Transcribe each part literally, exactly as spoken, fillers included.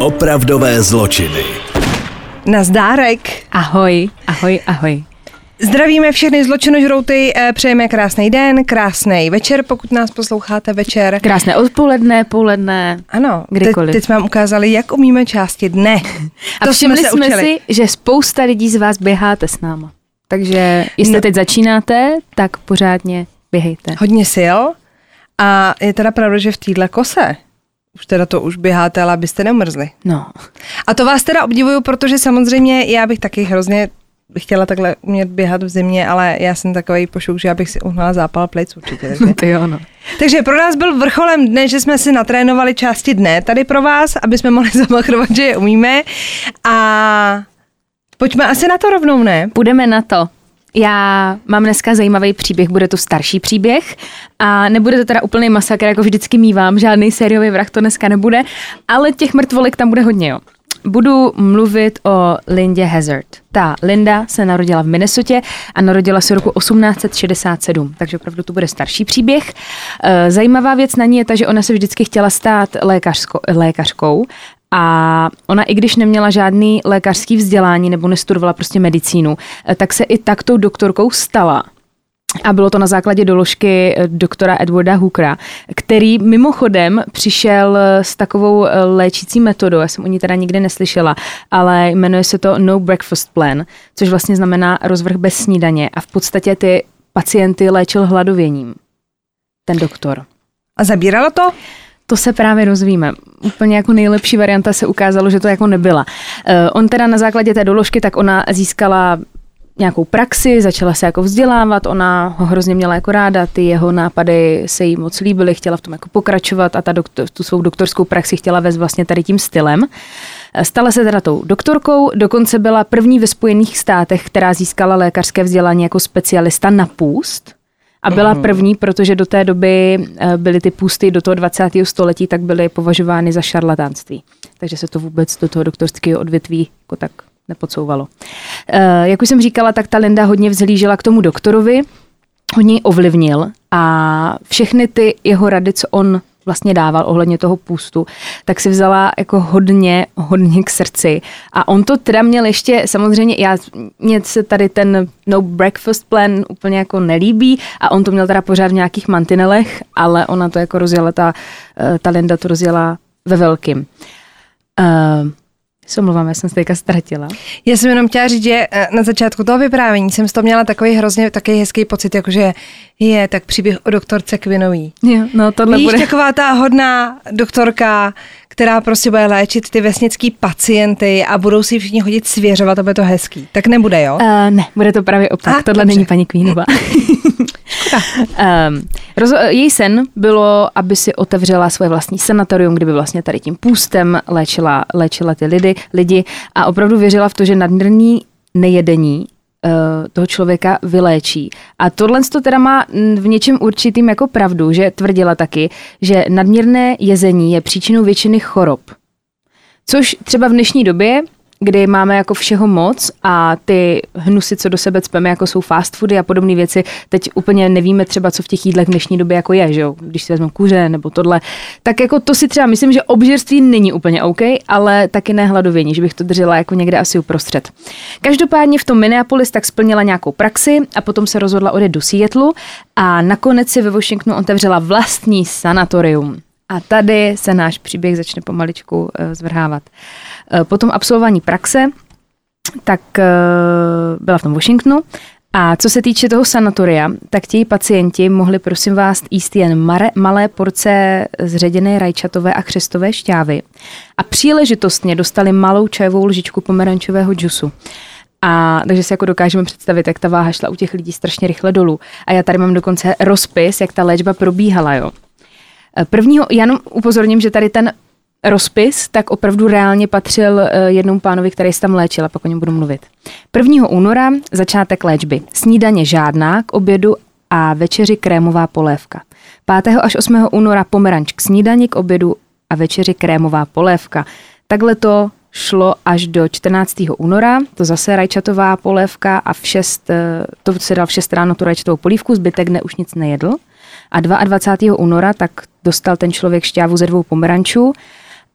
Opravdové zločiny. Nazdárek. Ahoj, ahoj, ahoj. Zdravíme všechny zločinožrouty, přejeme krásný den, krásný večer, pokud nás posloucháte večer. Krásné odpoledne, poledne, ano, kdykoliv. Teď, teď jsme vám ukázali, jak umíme části dne. A to všimli jsme, jsme si, že spousta lidí z vás běháte s náma. Takže jestli no. teď začínáte, tak pořádně běhejte. Hodně sil a je teda pravda, že v téhle kose už teda to už běháte, ale abyste neumrzli. No. A to vás teda obdivuju, protože samozřejmě já bych taky hrozně chtěla takhle umět běhat v zimě, ale já jsem takový pošuk, že já bych si uhnala zápal plic určitě. Takže. Ty jo, no. takže pro nás byl vrcholem dne, že jsme si natrénovali části dne tady pro vás, aby jsme mohli zamachrovat, že je umíme. A pojďme asi na to rovnou, ne? Půjdeme na to. Já mám dneska zajímavý příběh, bude to starší příběh a nebude to teda úplný masakr, jako vždycky mívám, žádný sériový vrah to dneska nebude, ale těch mrtvolek tam bude hodně, jo. Budu mluvit o Lindě Hazard. Ta Linda se narodila v Minnesotě a narodila se roku osmnáct set šedesát sedm, takže opravdu to bude starší příběh. Zajímavá věc na ní je ta, že ona se vždycky chtěla stát lékařsko, lékařkou a ona, i když neměla žádný lékařský vzdělání nebo nestudovala prostě medicínu, tak se i tak tou doktorkou stala. A bylo to na základě doložky doktora Edwarda Hookera, který mimochodem přišel s takovou léčící metodou, já jsem o ní teda nikdy neslyšela, ale jmenuje se to No Breakfast Plan, což vlastně znamená rozvrh bez snídaně a v podstatě ty pacienty léčil hladověním, ten doktor. A zabíralo to? To se právě dozvíme. Úplně jako nejlepší varianta se ukázalo, že to jako nebyla. Uh, on teda na základě té doložky, tak ona získala nějakou praxi, začala se jako vzdělávat, ona ho hrozně měla jako ráda, ty jeho nápady se jí moc líbily, chtěla v tom jako pokračovat a ta doktor, tu svou doktorskou praxi chtěla vést vlastně tady tím stylem. Stala se teda tou doktorkou, dokonce byla první ve Spojených státech, která získala lékařské vzdělání jako specialista na půst. A byla první, protože do té doby byly ty půsty do toho dvacátého století, tak byly považovány za šarlatánství. Takže se to vůbec do toho doktorského odvětví jako tak nepodsouvalo. Jak už jsem říkala, tak ta Linda hodně vzhlížela k tomu doktorovi, hodně ji ovlivnil a všechny ty jeho rady, co on vlastně dával ohledně toho půstu, tak si vzala jako hodně, hodně k srdci. A on to teda měl ještě, samozřejmě, já, mně se tady ten No Breakfast Plan úplně jako nelíbí a on to měl teda pořád v nějakých mantinelech, ale ona to jako rozjela, ta, ta Linda to rozjela ve velkým. Uh, Se omlouvám, já jsem se teďka ztratila. Já jsem jenom chtěla říct, že na začátku toho vyprávění jsem z toho měla takový hrozně takový hezký pocit, jakože je tak příběh o doktorce Quinový. Jo, no tohle Víš, bude. taková ta hodná doktorka, která prostě bude léčit ty vesnický pacienty a budou si všichni chodit svěřovat, to bude to hezký. Tak nebude, jo? Uh, ne, bude to právě opak. Ah, tohle dobře. není paní Quinová. um, roz- její sen bylo, aby si otevřela svoje vlastní sanatorium, kdyby vlastně tady tím půstem léčila, léčila ty lidi, lidi a opravdu věřila v to, že nadměrný nejedení uh, toho člověka vyléčí. A tohle to teda má v něčem určitým jako pravdu, že tvrdila taky, že nadměrné jezení je příčinou většiny chorob. Což třeba v dnešní době, kdy máme jako všeho moc a ty hnusy, co do sebe cpeme, jako jsou fast foody a podobné věci, teď úplně nevíme třeba, co v těch jídlech v dnešní době jako je, že jo, když si vezmeme kuře nebo tohle, tak jako to si třeba myslím, že obžerství není úplně OK, ale taky ne hladovění, že bych to držela jako někde asi uprostřed. Každopádně v tom Minneapolis tak splnila nějakou praxi a potom se rozhodla odjet do Seattlu a nakonec si ve Washingtonu otevřela vlastní sanatorium. A tady se náš příběh začne pomaličku uh, zvrhávat. Uh, potom absolvování praxe, tak uh, byla v tom Washingtonu. A co se týče toho sanatoria, tak ti pacienti mohli, prosím vás, jíst jen mare, malé porce zředěné rajčatové a chřestové šťávy. A příležitostně dostali malou čajovou lžičku pomerančového džusu. A takže si jako dokážeme představit, jak ta váha šla u těch lidí strašně rychle dolů. A já tady mám dokonce rozpis, jak ta léčba probíhala, jo. Prvního, já jenom upozorním, že tady ten rozpis tak opravdu reálně patřil jednomu pánovi, který se tam léčil, a pak o něm budu mluvit. prvního února začátek léčby. Snídaně žádná, k obědu a večeři krémová polévka. pátého až osmého února pomeranč k snídani, k obědu a večeři krémová polévka. Takhle to šlo až do čtrnáctého února, to zase rajčatová polévka a v šest, to se dal v šest ráno tu rajčatovou polívku, zbytek dne už nic nejedl. A dvacátého druhého února tak dostal ten člověk šťávu ze dvou pomerančů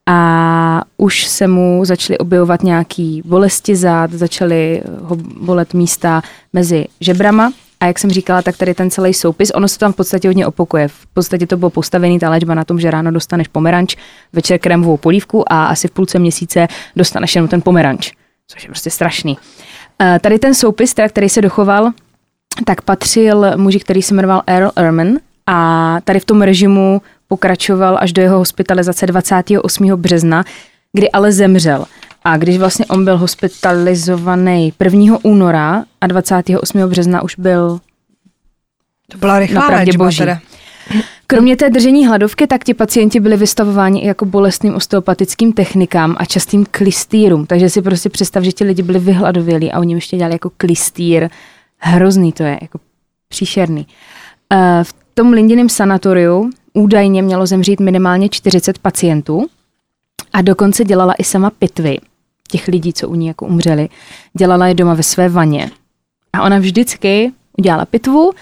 a už se mu začaly objevovat nějaký bolesti zad, začaly ho bolet místa mezi žebrama. A jak jsem říkala, tak tady ten celý soupis, ono se tam v podstatě hodně opakuje. V podstatě to bylo postavený ta léčba na tom, že ráno dostaneš pomeranč, večer krémovou polívku a asi v půlce měsíce dostaneš jenom ten pomeranč, což je prostě strašný. Tady ten soupis, teda, který se dochoval, tak patřil muži, který se jmenoval Earl Ehrman a tady v tom režimu pokračoval až do jeho hospitalizace dvacátého osmého března, kdy ale zemřel. A když vlastně on byl hospitalizovaný prvního února a dvacátého osmého března už byl to byla rychlá léčba teda. Kromě té držení hladovky, tak ti pacienti byli vystavováni i jako bolestným osteopatickým technikám a častým klistýrům. Takže si prostě představ, že ti lidi byli vyhladovělí a oni ještě dělali jako klistýr. Hrozný to je, jako příšerný. V tom Lindiném sanatoriu údajně mělo zemřít minimálně čtyřicet pacientů a dokonce dělala i sama pitvy těch lidí, co u ní jako umřeli. Dělala je doma ve své vaně. A ona vždycky udělala pitvu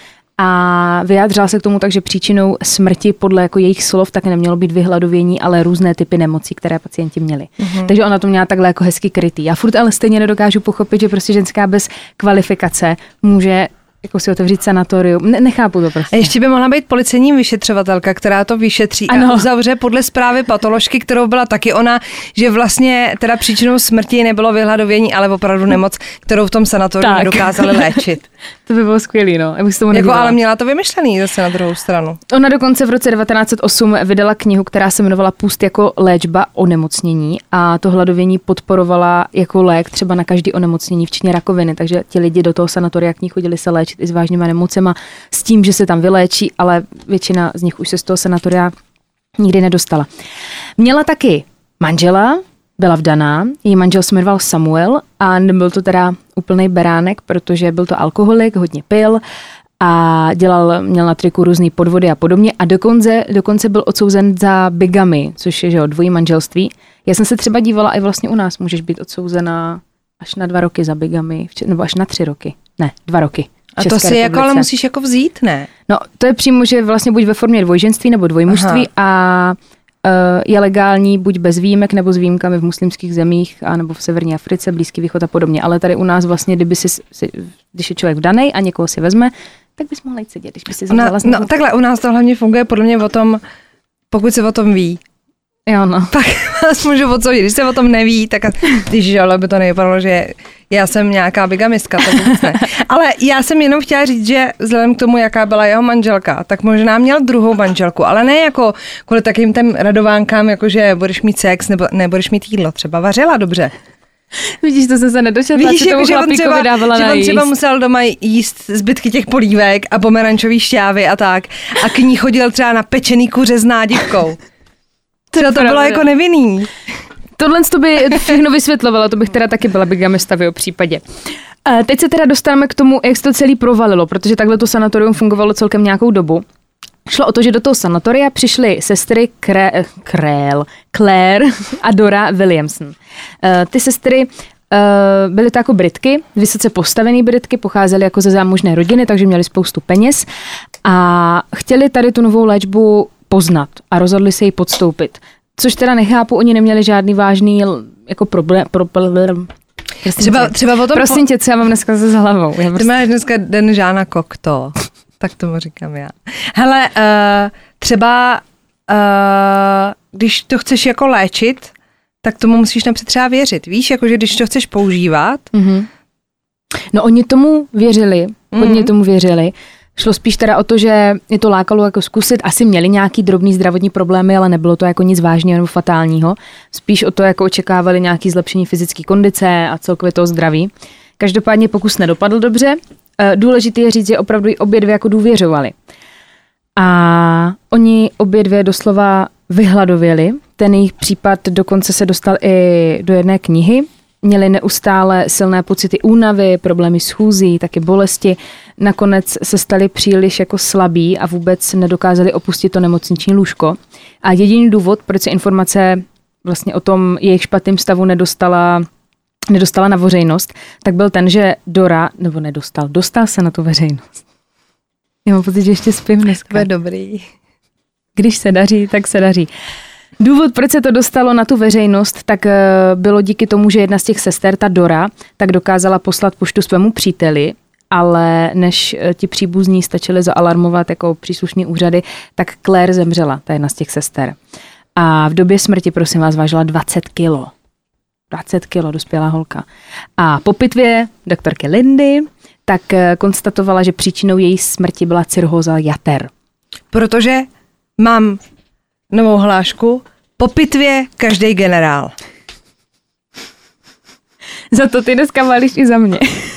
a vyjádřila se k tomu tak, že příčinou smrti podle jako jejich slov tak nemělo být vyhladovění, ale různé typy nemocí, které pacienti měli. Mm-hmm. Takže ona to měla takhle jako hezky krytý. Já furt ale stejně nedokážu pochopit, že prostě ženská bez kvalifikace může jako si otevřít sanatorium. Ne, nechápu to prostě. A ještě by mohla být policejní vyšetřovatelka, která to vyšetří ano. a uzavře podle zprávy patoložky, kterou byla taky ona, že vlastně teda příčinou smrti nebylo vyhladovění, ale opravdu nemoc, kterou v tom sanatoriu nedokázali léčit. To by bylo skvělý, no. Já bych tomu jako, ale měla to vymyšlený zase na druhou stranu. Ona dokonce v roce devatenáct set osm vydala knihu, která se jmenovala Půst jako léčba onemocnění a to hladovění podporovala jako lék třeba na každý onemocnění, včetně rakoviny, takže ti lidi do toho sanatoria k ní chodili se léčit i s vážnýma nemocema s tím, že se tam vyléčí, ale většina z nich už se z toho sanatoria nikdy nedostala. Měla taky manžela, byla vdaná, její manžel se jmenoval Samuel a nebyl to teda úplnej beránek, protože byl to alkoholik, hodně pil a dělal, měl na triku různý podvody a podobně a dokonce, dokonce byl odsouzen za bigamy, což je že jo, dvojí manželství. Já jsem se třeba dívala i vlastně u nás, můžeš být odsouzena až na dva roky za bigamy, nebo až na tři roky. Ne, dva roky. A to si jako, ale musíš jako vzít, ne? No, to je přímo, že vlastně buď ve formě dvojženství nebo dvojmužství a uh, je legální buď bez výjimek nebo s výjimkami v muslimských zemích a nebo v severní Africe, Blízký východ a podobně. Ale tady u nás vlastně, kdyby si, si když je člověk vdanej a někoho si vezme, tak bys mohla jít sedět, když by si vzala no, takhle u nás to hlavně funguje podle mě o tom, pokud se o tom ví. Jo, no. Tak vás můžu odsoudit. Když se o tom neví, tak když ale by to nevypadalo, že já jsem nějaká bigamistka, to vůbec ne. Ale já jsem jenom chtěla říct, že vzhledem k tomu, jaká byla jeho manželka, tak možná měl druhou manželku, ale ne jako kvůli takým těm radovánkám, jako že budeš mít sex nebo nebudeš mít jídlo. Třeba vařila dobře. Vidíš, to jsem se nedočetla, Víš, že tomu chlapíkovi dávala že najíst. on třeba musel doma jíst zbytky těch polívek a pomerančový šťávy a tak. A k ní chodil třeba na pečený kuře s nádivkou. Třeba to bylo jako nevinný. Tohle to by všechno vysvětlovalo, to bych teda taky byla bigamista v jeho případě. A teď se teda dostaneme k tomu, jak se to celý provalilo, protože takhle to sanatorium fungovalo celkem nějakou dobu. Šlo o to, že do toho sanatoria přišly sestry Kré, Krél, Claire a Dora Williamson. Ty sestry byly to jako Britky, vysoce postavený Britky, pocházely jako ze zámožné rodiny, takže měly spoustu peněz a chtěli tady tu novou léčbu poznat a rozhodli se ji podstoupit. Což teda nechápu, oni neměli žádný vážný jako problém. problém. Třeba, třeba o tom... Prosím tě, co já mám dneska se hlavou. Ty prostě... máš dneska den Žána Kokto. Tak tomu říkám já. Hele, uh, třeba uh, když to chceš jako léčit, tak tomu musíš napřed třeba věřit. Víš, jakože když to chceš používat. Mm-hmm. No oni tomu věřili, hodně mm-hmm. tomu věřili. Šlo spíš teda o to, že je to lákalo jako zkusit. Asi měli nějaký drobný zdravotní problémy, ale nebylo to jako nic vážného nebo fatálního. Spíš o to, jako očekávali nějaké zlepšení fyzické kondice a celkově toho zdraví. Každopádně pokus nedopadl dobře. Důležité je říct, že opravdu i obě dvě jako důvěřovali. A oni obě dvě doslova vyhladověli. Ten jejich případ dokonce se dostal i do jedné knihy. Měli neustále silné pocity únavy, problémy s chůzí, taky bolesti. Nakonec se stali příliš jako slabí a vůbec nedokázali opustit to nemocniční lůžko. A jediný důvod, proč se informace vlastně o tom jejich špatným stavu nedostala, nedostala na veřejnost, tak byl ten, že Dora, nebo nedostal, dostal se na tu veřejnost. Já mám pocit, že ještě spím dneska. To je dobrý. Když se daří, tak se daří. Důvod, proč se to dostalo na tu veřejnost, tak bylo díky tomu, že jedna z těch sester, ta Dora, tak dokázala poslat poštu svému příteli, ale než ti příbuzní stačili zaalarmovat jako příslušný úřady, tak Claire zemřela, ta jedna z těch sester. A v době smrti, prosím vás, vážila dvacet kilo. dvacet kilo, dospělá holka. A po pitvě doktorky Lindy tak konstatovala, že příčinou její smrti byla cirhóza jater. Protože mám novou hlášku, po pitvě každý generál. Za to ty dneska válíš i za mě.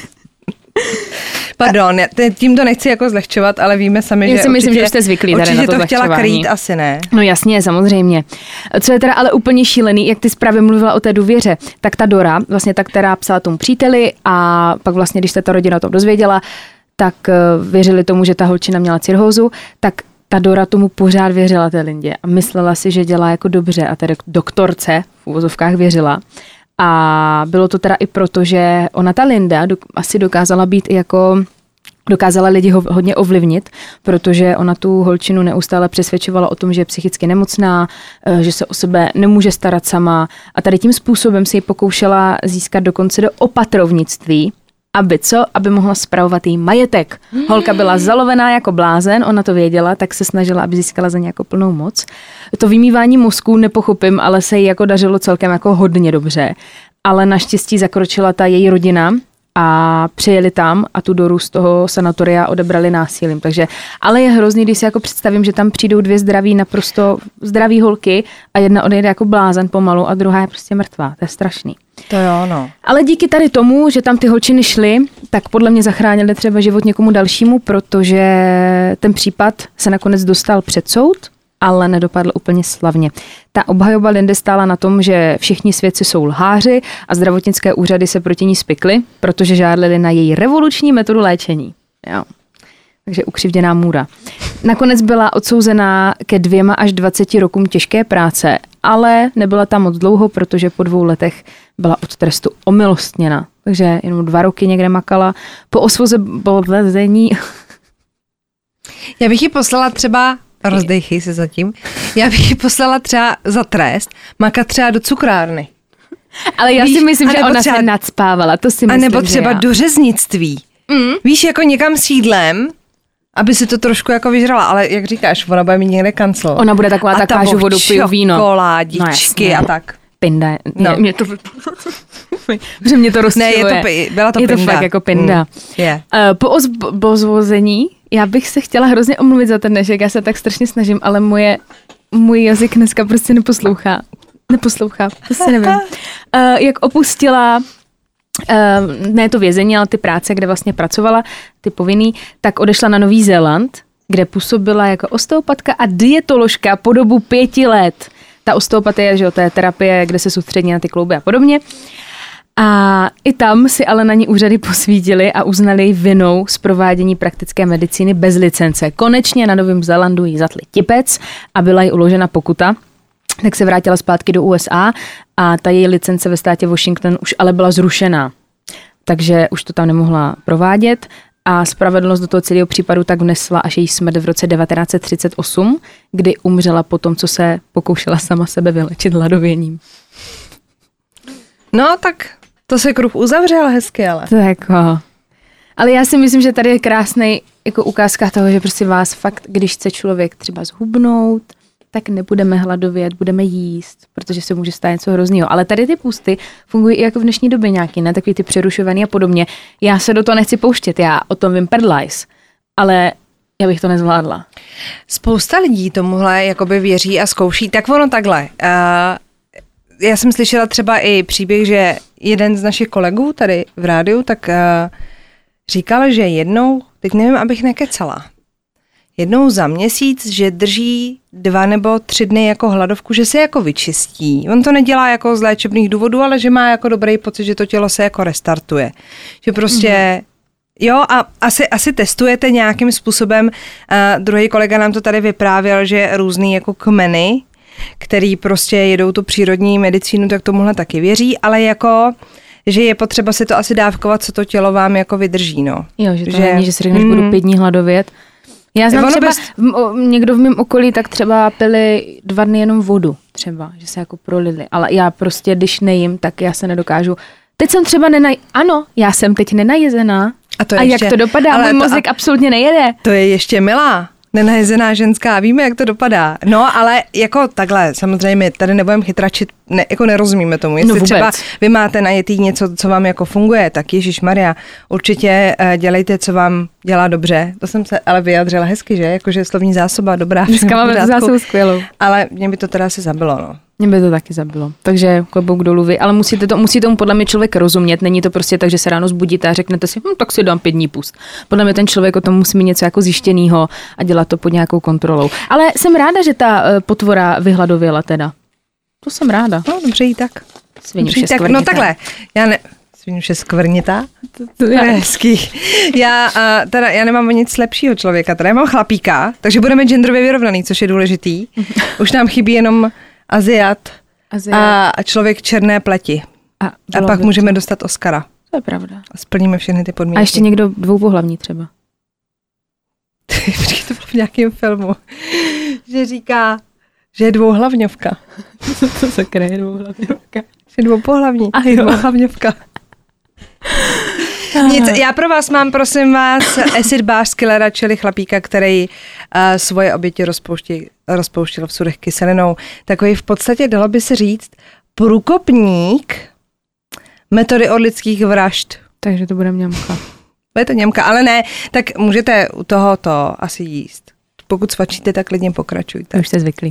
Pardon, já tím to nechci jako zlehčovat, ale víme sami, já že si myslím, určitě, že jste zvyklí tady na to, to chtěla krýt, asi ne. No jasně, samozřejmě. Co je teda ale úplně šílený, jak ty jsi právě mluvila o té důvěře, tak ta Dora, vlastně ta, která psala tomu příteli a pak vlastně, když se ta rodina o tom dozvěděla, tak věřili tomu, že ta holčina měla cirhózu, tak ta Dora tomu pořád věřila té Lindě a myslela si, že dělá jako dobře a té doktorce v uvozovkách věřila. A bylo to teda i proto, že ona ta Linda do, asi dokázala být i jako, dokázala lidi ho, hodně ovlivnit, protože ona tu holčinu neustále přesvědčovala o tom, že je psychicky nemocná, že se o sebe nemůže starat sama a tady tím způsobem si ji pokoušela získat dokonce do opatrovnictví, aby co? Aby mohla spravovat její majetek. Holka byla zalovená jako blázen, ona to věděla, tak se snažila, aby získala za ně jako plnou moc. To vymývání mozků nepochopím, ale se jí jako dařilo celkem jako hodně dobře. Ale naštěstí zakročila ta její rodina a přijeli tam a tu Doru z toho sanatoria odebrali násilím. Takže, ale je hrozný, když si jako představím, že tam přijdou dvě zdraví, naprosto zdraví holky a jedna odejde jako blázen pomalu a druhá je prostě mrtvá. To je strašný. To jo, no. Ale díky tady tomu, že tam ty holčiny šly, tak podle mě zachránili třeba život někomu dalšímu, protože ten případ se nakonec dostal před soud, ale nedopadl úplně slavně. Ta obhajoba Lindy stála na tom, že všichni svědci jsou lháři a zdravotnické úřady se proti ní spikly, protože žádlili na její revoluční metodu léčení. Jo. Takže ukřivděná můra. Nakonec byla odsouzená ke dvěma až dvaceti rokům těžké práce, ale nebyla tam moc dlouho, protože po dvou letech byla od trestu omilostněna. Takže jenom dva roky někde makala. Po osvobození. Já bych ji poslala třeba, rozdejchy se zatím, já bych ji poslala třeba za trest, makat třeba do cukrárny. Ale já Víš, si myslím, že ona třeba, se nadspávala, to si myslím, a nebo třeba do řeznictví. Mm. Víš, jako někam sídlem, aby si to trošku jako vyžrala, ale jak říkáš, ona bude mít někde kancel. Ona bude taková, ta kážu vodu, piju víno. Čokoládičky no, a tak. Pinda. No. Mě to, že mě to rozčiluje. Ne, je to, byla to je pinda. Je to fakt jako pinda. Mm. Yeah. Uh, po ozvození, já bych se chtěla hrozně omluvit za ten dnešek, já se tak strašně snažím, ale moje, můj jazyk dneska prostě neposlouchá. Neposlouchá, prostě nevím. Uh, jak opustila Uh, ne to vězení, ale ty práce, kde vlastně pracovala, ty povinný, tak odešla na Nový Zéland, kde působila jako osteopatka a dietoložka po dobu pěti let. Ta osteopatie, že jo, to je terapie, kde se soustředí na ty klouby a podobně. A i tam si ale na ní úřady posvítili a uznali ji vinou z provádění praktické medicíny bez licence. Konečně na Novém Zélandu jí zatli tipec a byla jí uložena pokuta. Tak se vrátila zpátky do U S A a ta její licence ve státě Washington už ale byla zrušená. Takže už to tam nemohla provádět a spravedlnost do toho celého případu tak vnesla až její smrt v roce devatenáct set třicet osm, kdy umřela po tom, co se pokoušela sama sebe vylečit hladověním. No tak to se kruh uzavřel hezky, ale. Tak, ale já si myslím, že tady je krásnej jako ukázka toho, že prostě vás fakt, když chce člověk třeba zhubnout, tak nebudeme hladovět, budeme jíst, protože se může stát něco hroznýho. Ale tady ty pusty fungují i jako v dnešní době nějaký, ne? Takový ty přerušovaný a podobně. Já se do toho nechci pouštět, já o tom vím prdlajs, ale já bych to nezvládla. Spousta lidí tomuhle jakoby věří a zkouší, tak ono takhle. Uh, já jsem slyšela třeba i příběh, že jeden z našich kolegů tady v rádiu, tak uh, říkal, že jednou, teď nevím, abych nekecala, jednou za měsíc, že drží dva nebo tři dny jako hladovku, že se jako vyčistí. On to nedělá jako z léčebných důvodů, ale že má jako dobrý pocit, že to tělo se jako restartuje. Že prostě, mm-hmm. jo a asi, asi testujete nějakým způsobem. Uh, druhý kolega nám to tady vyprávěl, že různý jako kmeny, který prostě jedou tu přírodní medicínu, tak tomuhle taky věří, ale jako že je potřeba si to asi dávkovat, co to tělo vám jako vydrží, no. Jo, že to že, není, že si řekneš, mm, budu pět dní hladovět. Já znám třeba, bez... v, někdo v mém okolí tak třeba pili dva dny jenom vodu. třeba, že se jako prolili, ale já prostě, když nejím, tak já se nedokážu. Teď jsem třeba nenaj... Ano, já jsem teď nenajezená. A, to a ještě... jak to dopadá? Ale můj mozek a... absolutně nejede. To je ještě milá. Nenajezená ženská, víme, jak to dopadá. No, ale jako takhle, samozřejmě, tady nebudeme chytračit, ne, jako nerozumíme tomu. Jestli no třeba vy máte najetý něco, co vám jako funguje, tak ježišmarja, určitě uh, dělejte, co vám dělá dobře. To jsem se ale vyjadřila hezky, že? Jakože slovní zásoba dobrá. Dneska máme zásobu skvělou. Ale mě by to teda asi zabilo, no. Mě by to taky zabilo. Takže klobouk dolů vy, ale musíte to, musí tomu podle mě člověk rozumět. Není to prostě tak, že se ráno zbudíte a řeknete si, hm, tak si dám pět dní pust. Podle mě ten člověk o tom musí mít něco jako zjištěnýho a dělat to pod nějakou kontrolou. Ale jsem ráda, že ta uh, potvora vyhladověla teda. To jsem ráda. No, dobře jí tak. Svinuše tak. No takhle, já ne... Svinuše skvrnitá? To, to je hezký. Já, uh, teda, já nemám nic lepšího člověka, teda já mám chlapíka, takže budeme genderově vyrovnaný, což je důležitý. Už nám chybí jenom Aziat, Aziat. A, a člověk černé pleti. A, a pak by můžeme to. dostat Oscara. To je pravda. A splníme všechny ty podmínky. A ještě někdo dvoupohlavní třeba. To bylo v nějakém filmu, že říká, že je dvouhlavňovka. To sakra je dvouhlavňovka. Že je dvoupohlavní. A jo. Dvouhlavňovka. Nic, já pro vás mám, prosím vás, acid bath killera, čili chlapíka, který uh, svoje oběti rozpouští, rozpouštěl v sudech kyselinou. Takový v podstatě, dalo by se říct, průkopník metody orlických vražd. Takže to bude mňamka. Bude to němka, ale ne, tak můžete u tohoto asi jíst. Pokud svačíte, tak klidně pokračujte. Už jste zvyklí.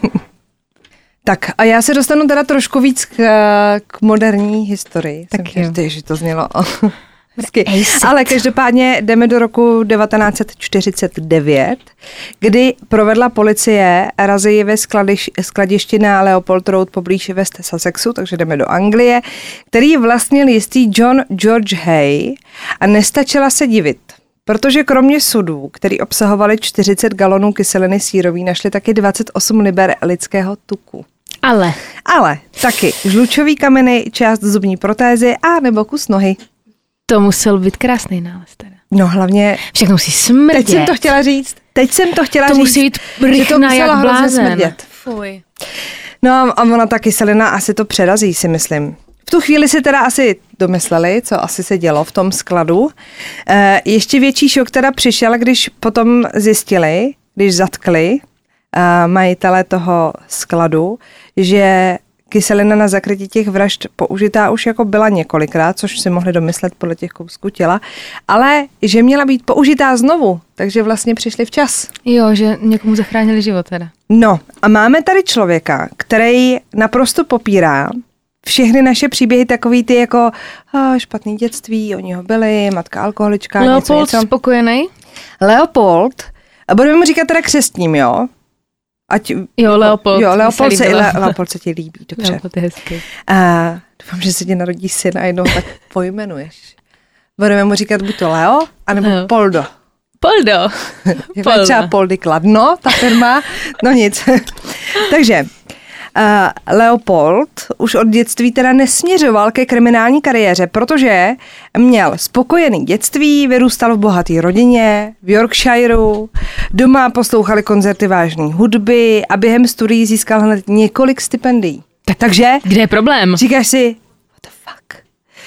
Tak a já se dostanu teda trošku víc k, k moderní historii. Tak Jsem jo. Chtěl, že to znělo hezky. Ale každopádně jdeme do roku devatenáct set čtyřicet devět, kdy provedla policie razii ve skladiš, skladišti na Leopold Road poblíž West Sussexu, takže jdeme do Anglie, který vlastnil jistý John George Hay a nestačila se divit. Protože kromě sudů, který obsahovaly čtyřicet galonů kyseliny sírový, našli taky dvacet osm liber lidského tuku. Ale. Ale taky žlučový kameny, část zubní protézy a nebo kus nohy. To musel být krásný nález teda. No hlavně... Všechno musí smrdět. Teď jsem to chtěla říct. Teď jsem to chtěla to říct. To musí být rychna jak blázen. Smrdět. Fuj. No a ona ta kyselina asi to přerazí, si myslím. V tu chvíli si teda asi domysleli, co asi se dělo v tom skladu. E, ještě větší šok teda přišel, když potom zjistili, když zatkli e, majitele toho skladu, že kyselina na zakrytí těch vražd použitá už jako byla několikrát, což si mohli domyslet podle těch kousků těla, ale že měla být použitá znovu, takže vlastně přišli včas. Jo, že někomu zachránili život teda. No a máme tady člověka, který naprosto popírá všechny naše příběhy, takový ty jako a, špatný dětství, oni ho byli, matka alkoholička, Leopold něco, něco. spokojený? Leopold, a budeme mu říkat teda křestním, jo? Ať, jo, Leopold. Jo, Leopold se, Le, Leopold se ti líbí, dobře. Leopold je hezký. A doufám, že se ti narodí syn a jednou tak pojmenuješ. Budeme mu říkat buď to Leo, anebo no. Poldo. Poldo. Poldo. Třeba Poldy Kladno, ta firma, no nic. Takže Uh, Leopold už od dětství teda nesměřoval ke kriminální kariéře, protože měl spokojený dětství, vyrůstal v bohaté rodině, v Yorkshireu, doma poslouchali koncerty vážné hudby a během studií získal hned několik stipendií. Tak, takže... Kde je problém? Říkáš si, what the fuck?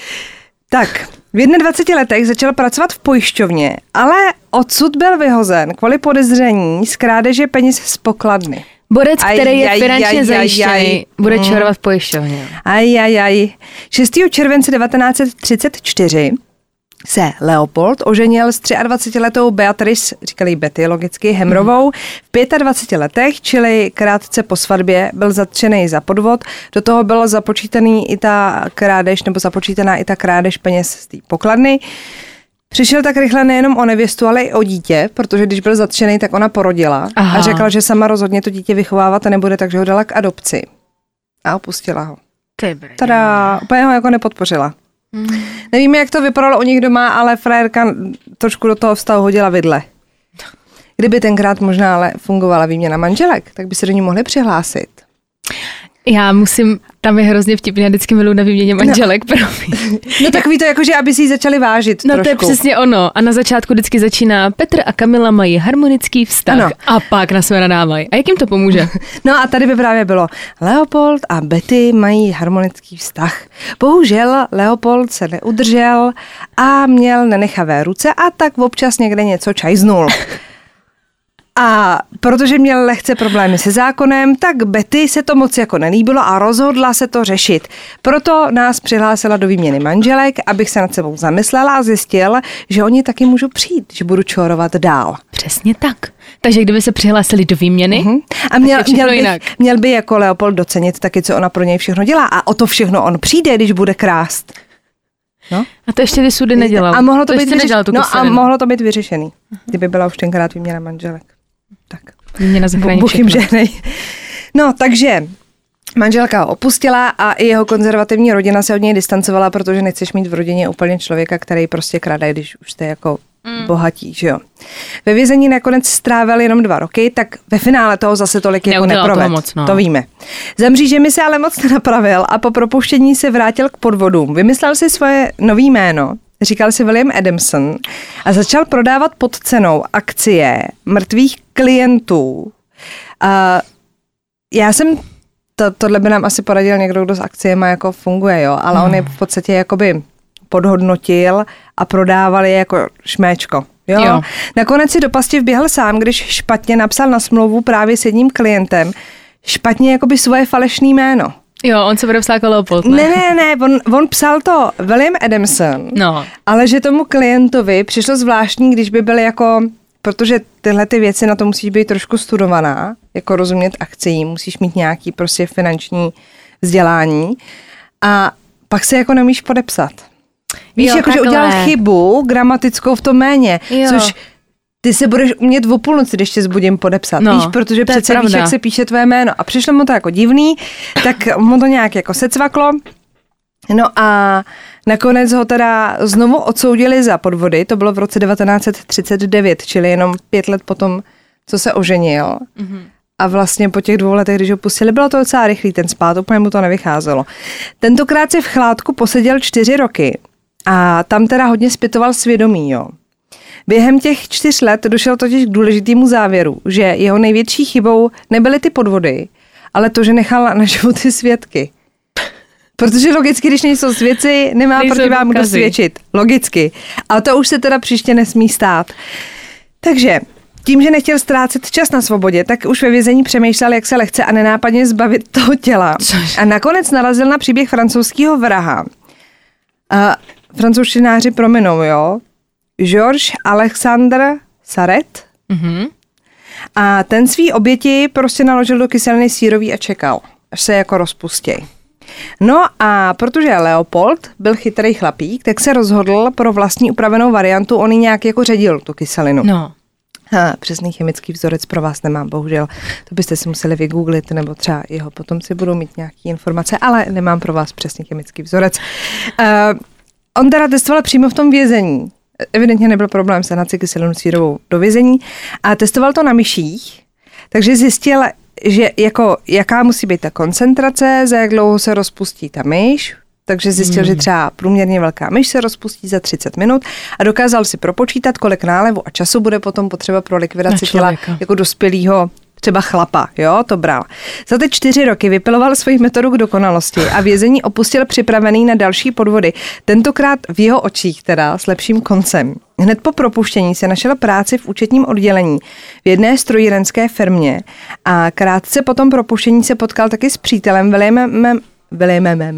Tak, v dvaceti jedné letech začal pracovat v pojišťovně, ale odsud byl vyhozen kvůli podezření z krádeže peněz z pokladny. Borec, který je finančně zajištěný, bude čarovat v pojišťovně. Aj, aj, aj. šestého července devatenáct set třicet čtyři se Leopold oženil s dvacetiletou Beatrice, říkali Betty logicky, Hemrovou. V dvaceti pěti letech, čili krátce po svatbě, byl zatčený za podvod. Do toho bylo započítaný i ta krádež, nebo započítaná i ta krádež peněz z té pokladny. Přišel tak rychle nejenom o nevěstu, ale i o dítě, protože když byl zatčený, tak ona porodila. Aha. A řekla, že sama rozhodně to dítě vychovávat a nebude, takže ho dala k adopci. A opustila ho. Tada, úplně ho jako nepodpořila. Hmm. Nevíme, jak to vypadalo u nich doma, ale frajerka trošku do toho vztahu hodila vidle. Kdyby tenkrát možná ale fungovala výměna manželek, tak by se do ní mohli přihlásit. Já musím, tam je hrozně vtipně, já vždycky miluji na výměně manželek. No, no takový to jako, že aby si ji začali vážit No trošku. to je přesně ono. A na začátku vždycky začíná Petr a Kamila mají harmonický vztah. Ano. A pak na sebe nadávají. A jak jim to pomůže? No a tady by právě bylo, Leopold a Betty mají harmonický vztah. Bohužel Leopold se neudržel a měl nenechavé ruce a tak občas někde něco čajznul. A protože měl lehce problémy se zákonem, tak Betty se to moc jako nelíbilo a rozhodla se to řešit. Proto nás přihlásila do výměny manželek, abych se nad sebou zamyslela a zjistil, že oni taky můžou přijít, že budu čorovat dál. Přesně tak. Takže kdyby se přihlásili do výměny, uh-huh. a měl, měl, by, jinak. měl by jako Leopold docenit taky, co ona pro něj všechno dělá. A o to všechno on přijde, když bude krást. No? A to ještě ty sudy nedělal. A mohlo to, to být vyřešený. No a mohlo to být vyřešený, kdyby byla už tenkrát výměna manželek. Tak. Výměna zachrání Bůh jim žehnej. No, takže manželka ho opustila a i jeho konzervativní rodina se od něj distancovala, protože nechceš mít v rodině úplně člověka, který prostě krade, když už jste jako mm. bohatí, že jo. Ve vězení nakonec strávil jenom dva roky, tak ve finále toho zase tolik jako neproved. Moc, no. To víme. Za mřížemi se ale moc nenapravil a po propuštění se vrátil k podvodům. Vymyslel si svoje nový jméno, říkal si William Adamson a začal prodávat pod cenou akcie mrtvých klientů. A já jsem, to, tohle by nám asi poradil někdo, kdo s akciemi jako funguje, jo, ale hmm. on je v podstatě jakoby podhodnotil a prodával je jako šméčko. Jo? Jo. Nakonec si do pasti vběhl sám, když špatně napsal na smlouvu právě s jedním klientem, špatně jakoby svoje falešné jméno. Jo, on se bude psal jako Leopold, ne? Ne, ne, ne, on, on psal to William Adamson, no. ale že tomu klientovi přišlo zvláštní, když by byl jako, protože tyhle ty věci na to musí být trošku studovaná, jako rozumět akcií, musíš mít nějaký prostě finanční vzdělání a pak se jako nemůžeš podepsat. Víš, jo, jako, že udělal chybu gramatickou v tom jméně, jo. Což ty se budeš umět o půlnoci, když tě zbudím podepsat, no, víš, protože přece pravda. Víš, jak se píše tvoje jméno. A přišlo mu to jako divný, tak mu to nějak jako secvaklo. No a nakonec ho teda znovu odsoudili za podvody, to bylo v roce devatenáct set třicet devět, čili jenom pět let potom, co se oženil. Mm-hmm. A vlastně po těch dvou letech, když ho pustili, bylo to docela rychlý ten spát, úplně mu to nevycházelo. Tentokrát si v chládku poseděl čtyři roky a tam teda hodně zpytoval svědomí, jo. Během těch čtyř let došel totiž k důležitému závěru, že jeho největší chybou nebyly ty podvody, ale to, že nechal na životy svědky. Protože logicky, když nejsou svědci, nemá nejsou proti vám kdo svědčit. Logicky. A to už se teda příště nesmí stát. Takže tím, že nechtěl ztrácet čas na svobodě, tak už ve vězení přemýšlel, jak se lehce a nenápadně zbavit toho těla. Což? A nakonec narazil na příběh francouzského vraha. A francouzštináři prominou, jo? Georges Alexandre Sarret. Mm-hmm. A ten svý oběti prostě naložil do kyseliny sýrový a čekal, až se jako rozpustěj. No a protože Leopold byl chytrý chlapík, tak se rozhodl pro vlastní upravenou variantu, on ji nějak jako ředil, tu kyselinu. No. Ha, přesný chemický vzorec pro vás nemám, bohužel. To byste si museli vygooglit, nebo třeba jeho potomci budou mít nějaké informace, ale nemám pro vás přesný chemický vzorec. Uh, on teda testoval přímo v tom vězení. Evidentně nebyl problém sehnat si kyselinu sírovou do vězení a testoval to na myších, takže zjistil, že jako, jaká musí být ta koncentrace, za jak dlouho se rozpustí ta myš, takže zjistil, hmm. že třeba průměrně velká myš se rozpustí za třicet minut a dokázal si propočítat, kolik nálevu a času bude potom potřeba pro likvidaci těla jako dospělého třeba chlapa, jo, to bral. Za ty čtyři roky vypiloval svoji metodu k dokonalosti a vězení opustil připravený na další podvody. Tentokrát v jeho očích teda s lepším koncem. Hned po propuštění se našel práci v účetním oddělení v jedné strojírenské firmě a krátce po tom propuštění se potkal taky s přítelem Williamem Williamem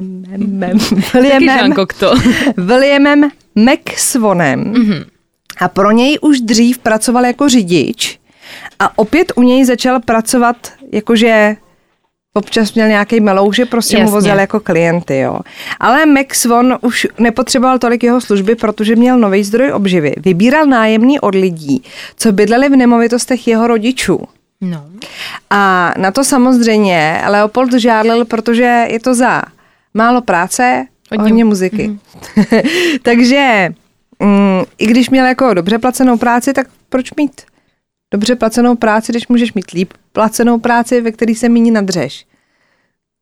Williamem Williamem McSwanem mm-hmm. a pro něj už dřív pracoval jako řidič a opět u něj začal pracovat, jakože občas měl nějaký melouš, že prostě Jasně. mu vozil jako klienty, jo. Ale McSwan už nepotřeboval tolik jeho služby, protože měl nový zdroj obživy. Vybíral nájemný od lidí, co bydleli v nemovitostech jeho rodičů. No. A na to samozřejmě Leopold žádlil, protože je to za málo práce, hodně, hodně muziky. Mm. Takže mm, i když měl jako dobře placenou práci, tak proč mít dobře placenou práci, když můžeš mít líp placenou práci, ve který se míní nadřeš.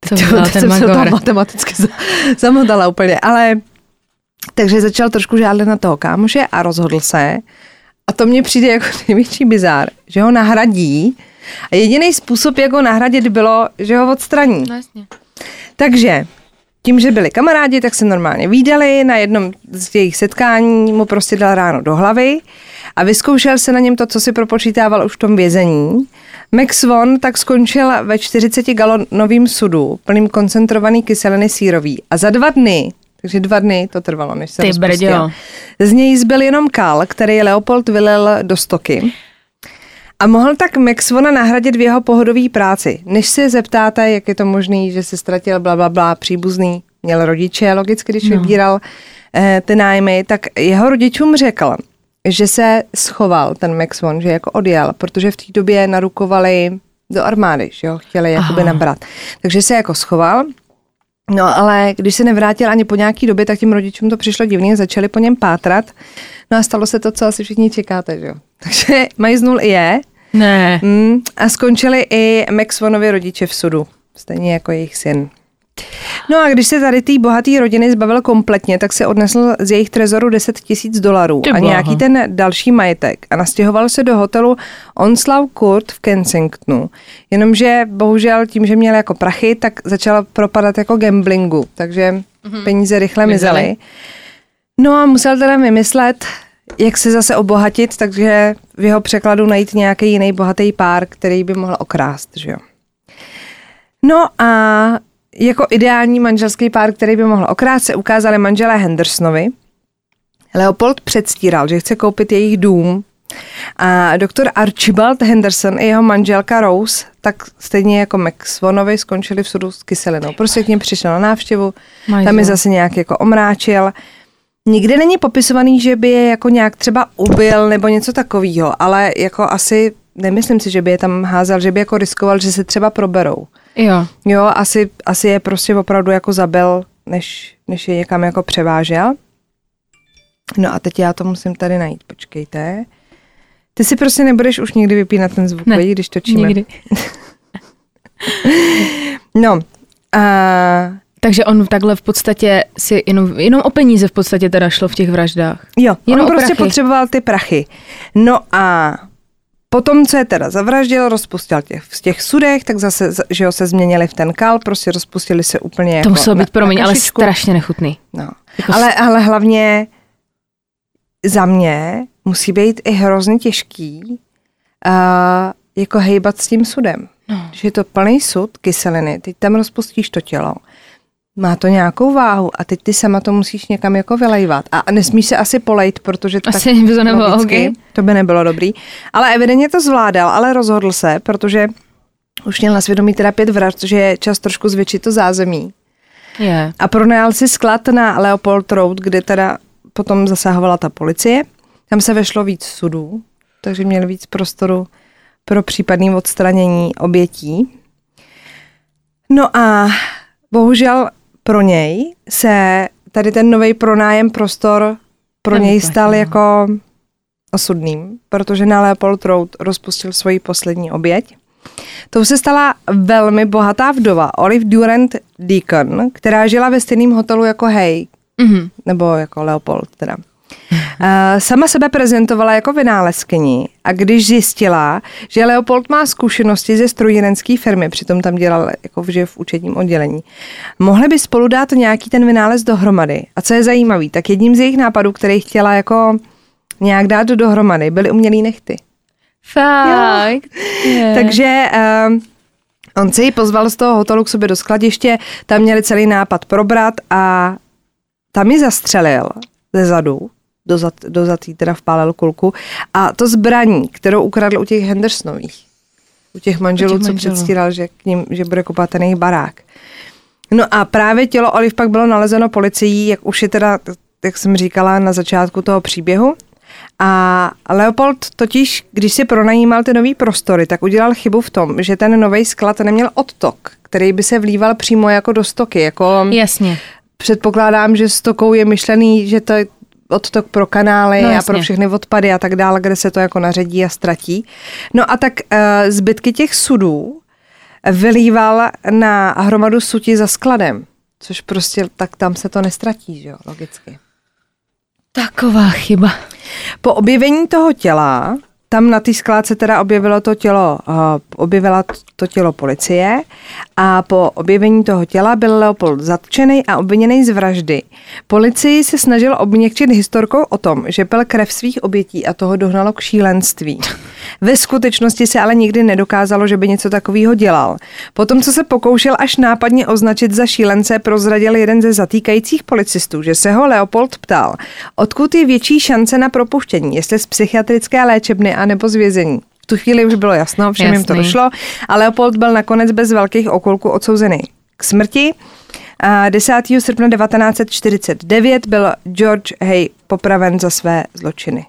To byla ten jsem se magor. tam matematicky zamotala úplně, ale takže začal trošku žádlit na toho kámoše a rozhodl se, a to mně přijde jako největší bizár, že ho nahradí a jediný způsob, jak ho nahradit, bylo, že ho odstraní. No jasně. Takže tím, že byli kamarádi, tak se normálně vídali, na jednom z jejich setkání mu prostě dal ráno do hlavy a vyzkoušel se na něm to, co si propočítával už v tom vězení. Max von tak skončil ve čtyřicetigalonovým sudu, plným koncentrovaný kyseliny sírový. A za dva dny, takže dva dny to trvalo, než se Ty rozpustil, brďo. z něj zbyl jenom kal, který Leopold vylil do stoky. A mohl tak Max vona nahradit v jeho pohodové práci. Než se zeptáte, jak je to možný, že se ztratil bla, bla, bla, příbuzný, měl rodiče, logicky, když no. vybíral eh, ty nájmy, tak jeho rodičům řekl, že se schoval ten Max von, že jako odjel, protože v té době narukovali do armády, že ho chtěli jakoby nabrat. Takže se jako schoval, no ale když se nevrátil ani po nějaký době, tak těm rodičům to přišlo divně, začali po něm pátrat, no a stalo se to, co asi všichni čekáte, že jo. Takže majznul i je. Ne. Mm, a skončili i Max vonovi rodiče v sudu, stejně jako jejich syn. No a když se tady té bohaté rodiny zbavil kompletně, tak se odnesl z jejich trezoru deset tisíc dolarů a nějaký ten další majetek a nastěhoval se do hotelu Onslow Court v Kensingtonu. Jenomže bohužel tím, že měl jako prachy, tak začal propadat jako gamblingu, takže mm-hmm. peníze rychle mizely. No a musel teda vymyslet, jak se zase obohatit, takže v jeho překladu najít nějaký jiný bohatý pár, který by mohl okrást, že jo. No a jako ideální manželský pár, který by mohl okrást, se ukázali manželé Hendersonovi. Leopold předstíral, že chce koupit jejich dům a doktor Archibald Henderson i jeho manželka Rose, tak stejně jako Max vonovi skončili v sudu s kyselinou. Prostě k ním přišel na návštěvu, Majzo. Tam je zase nějak jako omráčil. Nikde není popisovaný, že by je jako nějak třeba ubil nebo něco takového, ale jako asi nemyslím si, že by je tam házel, že by jako riskoval, že se třeba proberou. Jo. Jo, asi, asi je prostě opravdu jako zabil, než, než je někam jako převážel. No a teď já to musím tady najít, počkejte. Ty si prostě nebudeš už nikdy vypínat ten zvuk, ne, když točíme. Nikdy. No. A... Takže on takhle v podstatě si jenom, jenom o peníze v podstatě teda šlo v těch vraždách. Jo, jenom on prostě prachy. potřeboval ty prachy. No a potom, co je teda zavraždil, rozpustil těch, v těch sudech, tak zase, že ho se změnili v ten kal, prostě rozpustili se úplně jako to muselo být, promiň, na ale strašně nechutný. No. Jako ale, ale hlavně za mě musí být i hrozně těžký uh, jako hejbat s tím sudem. No. Když je to plný sud kyseliny, teď tam rozpustíš to tělo, má to nějakou váhu a teď ty sama to musíš někam jako vylejvat. A nesmíš se asi polejt, protože to asi by to nebylo okay. To by nebylo dobrý. Ale evidentně to zvládal, ale rozhodl se, protože už měl na svědomí teda pět vražd, že je čas trošku zvětšit to zázemí. Yeah. A pronajal si sklad na Leopold Road, kde teda potom zasahovala ta policie. Tam se vešlo víc sudů, takže měl víc prostoru pro případné odstranění obětí. No a bohužel pro něj se tady ten nový pronájem prostor pro Ten něj stal jako osudným, protože na Leopold Road rozpustil svoji poslední oběť. Tou se stala velmi bohatá vdova Olive Durant Deacon, která žila ve stejném hotelu jako Hay, mm-hmm. nebo jako Leopold teda. Uh, sama sebe prezentovala jako vynálezkyni a když zjistila, že Leopold má zkušenosti ze strojírenské firmy, přitom tam dělal jako vždy v účetním oddělení, mohli by spolu dát nějaký ten vynález dohromady. A co je zajímavý, tak jedním z jejich nápadů, který chtěla jako nějak dát dohromady, byly umělý nehty. Fakt. Yeah. Takže uh, on se ji pozval z toho hotelu k sobě do skladiště, tam měli celý nápad probrat a tam ji zastřelil ze zadu, do, zad, do zatý teda vpálil kulku a to zbraní, kterou ukradl u těch Hendersonových, u těch manželů, u těch manželů. Co předstíral, že, k ním, že bude kopat ten jejich barák. No a právě tělo Olive pak bylo nalezeno policií, jak už je teda, jak jsem říkala na začátku toho příběhu. A Leopold totiž, když si pronajímal ty nový prostory, tak udělal chybu v tom, že ten nový sklad neměl odtok, který by se vlíval přímo jako do stoky. Jako jasně. Předpokládám, že stokou je myšlený, že to je odtok pro kanály no, a pro všechny odpady a tak dále, kde se to jako naředí a ztratí. No a tak uh, zbytky těch sudů vylíval na hromadu suti za skladem, což prostě tak tam se to nestratí, že jo, logicky. Taková chyba. Po objevení toho těla, tam na té skládce teda objevilo to tělo, uh, objevila to tělo policie a po objevení toho těla byl Leopold zatčený a obviněný z vraždy. Policii se snažil obměkčit historkou o tom, že pil krev svých obětí a toho dohnalo k šílenství. Ve skutečnosti se ale nikdy nedokázalo, že by něco takového dělal. Potom, co se pokoušel až nápadně označit za šílence, prozradil jeden ze zatýkajících policistů, že se ho Leopold ptal, odkud je větší šance na propuštění, jestli z psychiatrické léčebny anebo z vězení. V tu chvíli už bylo jasno, všem jim to došlo a Leopold byl nakonec bez velkých okolků odsouzený k smrti. A desátého srpna devatenáct set čtyřicet devět byl George Hay popraven za své zločiny.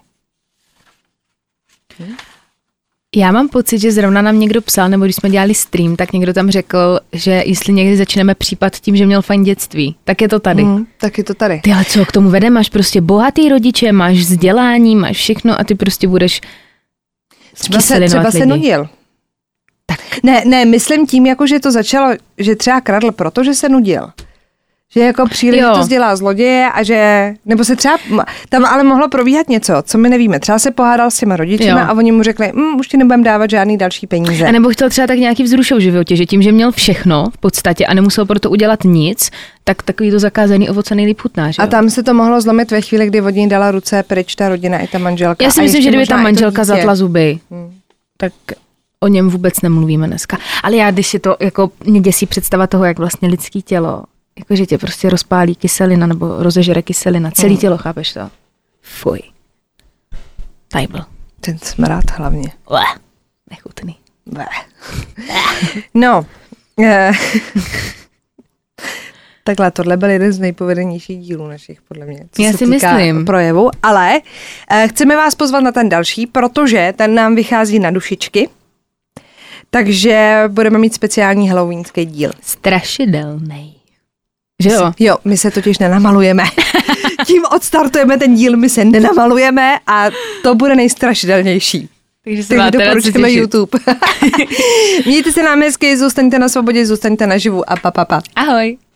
Já mám pocit, že zrovna nám někdo psal, nebo když jsme dělali stream, tak někdo tam řekl, že jestli někdy začneme případ tím, že měl fajn dětství, tak je to tady. Mm, tak je to tady. Ty ale co k tomu vede? Máš prostě bohatý rodiče, máš vzdělání, máš všechno a ty prostě budeš třeba se, třeba se nudil. Tak. Ne, ne, myslím tím, jako že to začalo, že třeba kradl, protože se nudil. Že jako příležitost dělá zloděje a že, nebo se třeba, tam ale mohlo probíhat něco, co my nevíme. Třeba se pohádal s těma rodičima a oni mu řekli, mm, už ti nebudem dávat žádný další peníze. A nebo chtěl třeba tak nějaký vzrušou v životě, že tím, že měl všechno v podstatě a nemusel pro to udělat nic, tak takový to zakázaný ovoce nejlíp chutná. Že? A tam se to mohlo zlomit ve chvíli, kdy od ní dala ruce pryč ta rodina i ta manželka. Já si myslím, že kdyby ta manželka zatla zuby, hmm. tak o něm vůbec nemluvíme dneska. Ale já, když si to, jako mě děsí představa toho, jak vlastně lidský tělo, jakože tě prostě rozpálí kyselina nebo rozežere kyselina, celý tělo, chápeš to? Fuj. Tajbl. Ten smrad hlavně. Ule. Nechutný. Ble. No. Takhle, tohle byl jeden z nejpovedenějších dílů našich, podle mě. Co Já se si týká myslím. projevu, ale uh, chceme vás pozvat na ten další, protože ten nám vychází na dušičky. Takže budeme mít speciální halloweenský díl. Strašidelnej. Že jo? Jo, my se totiž nenamalujeme. Tím odstartujeme ten díl, my se nenamalujeme a to bude nejstrašidelnější. Takže se máte doporučujeme YouTube. Mějte se nám hezky, zůstaňte na svobodě, zůstaňte naživu a pa, pa, pa. Ahoj.